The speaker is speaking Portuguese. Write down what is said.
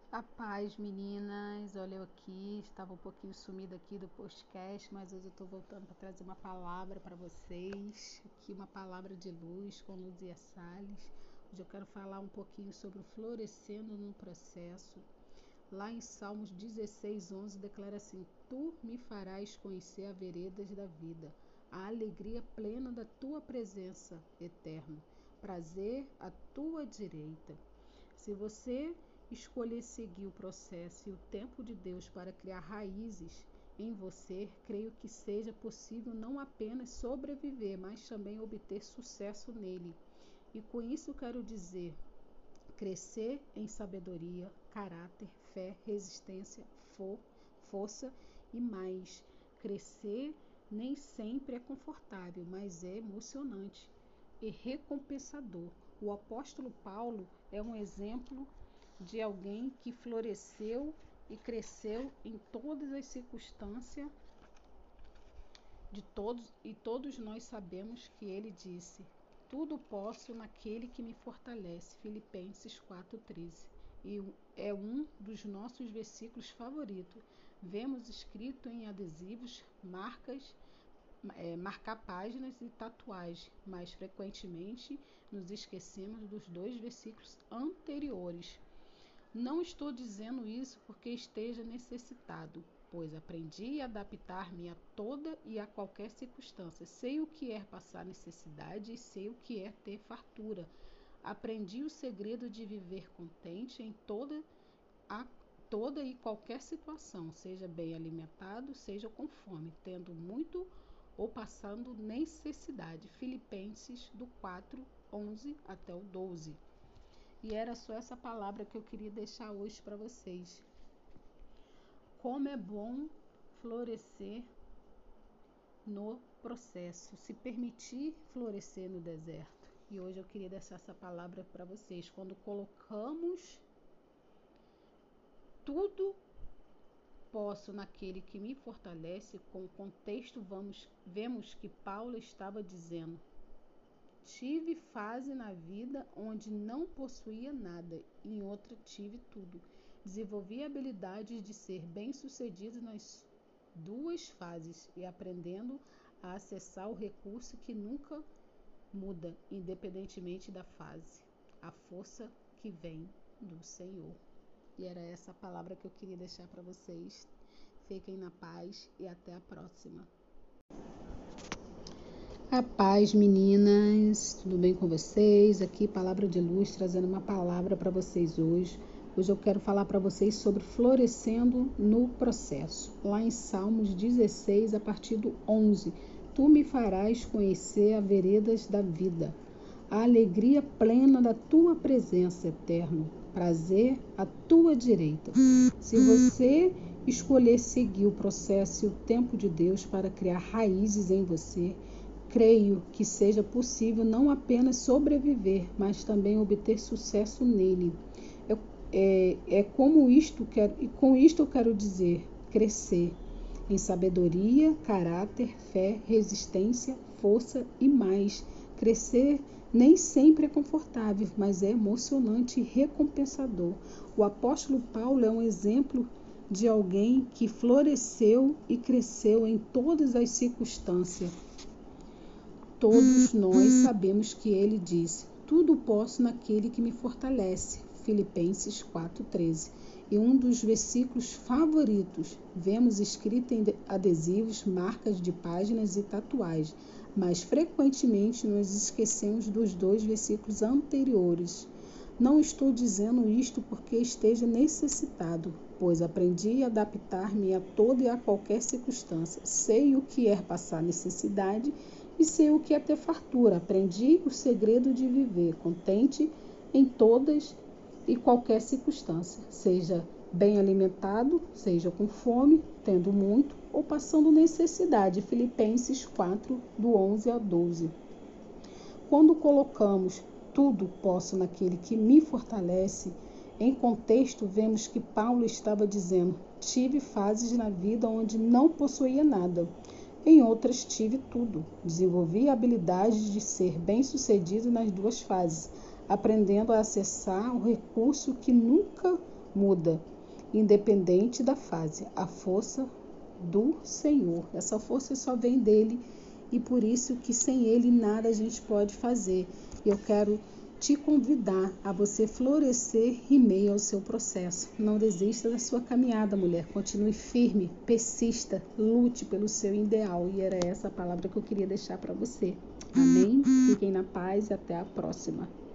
A paz, meninas. Olha eu aqui, estava um pouquinho sumida aqui do podcast, mas hoje eu estou voltando para trazer uma palavra para vocês. Aqui uma palavra de luz com Luzia Salles. Hoje eu quero falar um pouquinho sobre o florescendo no processo. Lá em Salmos 16:11 declara assim: Tu me farás conhecer as veredas da vida, a alegria plena da tua presença, eterno, prazer à tua direita. Se você escolher seguir o processo e o tempo de Deus para criar raízes em você, creio que seja possível não apenas sobreviver, mas também obter sucesso nele. E com isso quero dizer crescer em sabedoria, caráter, fé, resistência, força e mais. Crescer nem sempre é confortável, mas é emocionante e recompensador. O apóstolo Paulo é um exemplo de alguém que floresceu e cresceu em todas as circunstâncias de todos, e todos nós sabemos que ele disse: tudo posso naquele que me fortalece. Filipenses 4:13. E é um dos nossos versículos favoritos. Vemos escrito em adesivos, marcar páginas e tatuagens, mas frequentemente nos esquecemos dos dois versículos anteriores. Não estou dizendo isso porque esteja necessitado, pois aprendi a adaptar-me a toda e a qualquer circunstância. Sei o que é passar necessidade e sei o que é ter fartura. Aprendi o segredo de viver contente em toda e qualquer situação, seja bem alimentado, seja com fome, tendo muito ou passando necessidade. Filipenses do 4:11 até o 12. E era só essa palavra que eu queria deixar hoje para vocês. Como é bom florescer no processo, se permitir florescer no deserto. E hoje eu queria deixar essa palavra para vocês. Quando colocamos tudo posso naquele que me fortalece, com o contexto vemos que Paulo estava dizendo: tive fase na vida onde não possuía nada, em outra tive tudo. Desenvolvi habilidades de ser bem-sucedido nas duas fases e aprendendo a acessar o recurso que nunca muda, independentemente da fase. A força que vem do Senhor. E era essa a palavra que eu queria deixar para vocês. Fiquem na paz e até a próxima. A paz, meninas, tudo bem com vocês? Aqui, Palavra de Luz, trazendo uma palavra para vocês hoje. Hoje eu quero falar para vocês sobre florescendo no processo. Lá em Salmos 16, a partir do 11. Tu me farás conhecer as veredas da vida, a alegria plena da tua presença, eterno, prazer à tua direita. Se você escolher seguir o processo e o tempo de Deus para criar raízes em você, creio que seja possível não apenas sobreviver, mas também obter sucesso nele. Com isto eu quero dizer crescer em sabedoria, caráter, fé, resistência, força e mais. Crescer nem sempre é confortável, mas é emocionante e recompensador. O apóstolo Paulo é um exemplo de alguém que floresceu e cresceu em todas as circunstâncias. Todos nós sabemos que ele disse: tudo posso naquele que me fortalece. Filipenses 4:13. E um dos versículos favoritos, vemos escrito em adesivos, marcas de páginas e tatuagens, mas frequentemente nos esquecemos dos dois versículos anteriores. Não estou dizendo isto porque esteja necessitado, pois aprendi a adaptar-me a toda e a qualquer circunstância. Sei o que é passar necessidade e sei o que é ter fartura. Aprendi o segredo de viver contente em todas e qualquer circunstância, seja bem alimentado, seja com fome, tendo muito ou passando necessidade. Filipenses 4, do 11 ao 12. Quando colocamos tudo posso naquele que me fortalece, em contexto vemos que Paulo estava dizendo: tive fases na vida onde não possuía nada. Em outras tive tudo. Desenvolvi a habilidade de ser bem-sucedido nas duas fases, aprendendo a acessar o recurso que nunca muda, independente da fase. A força do Senhor. Essa força só vem dele e por isso que sem ele nada a gente pode fazer. Eu quero te convidar a você florescer em meio ao seu processo. Não desista da sua caminhada, mulher. Continue firme, persista, lute pelo seu ideal. E era essa a palavra que eu queria deixar para você. Amém? Fiquem na paz e até a próxima.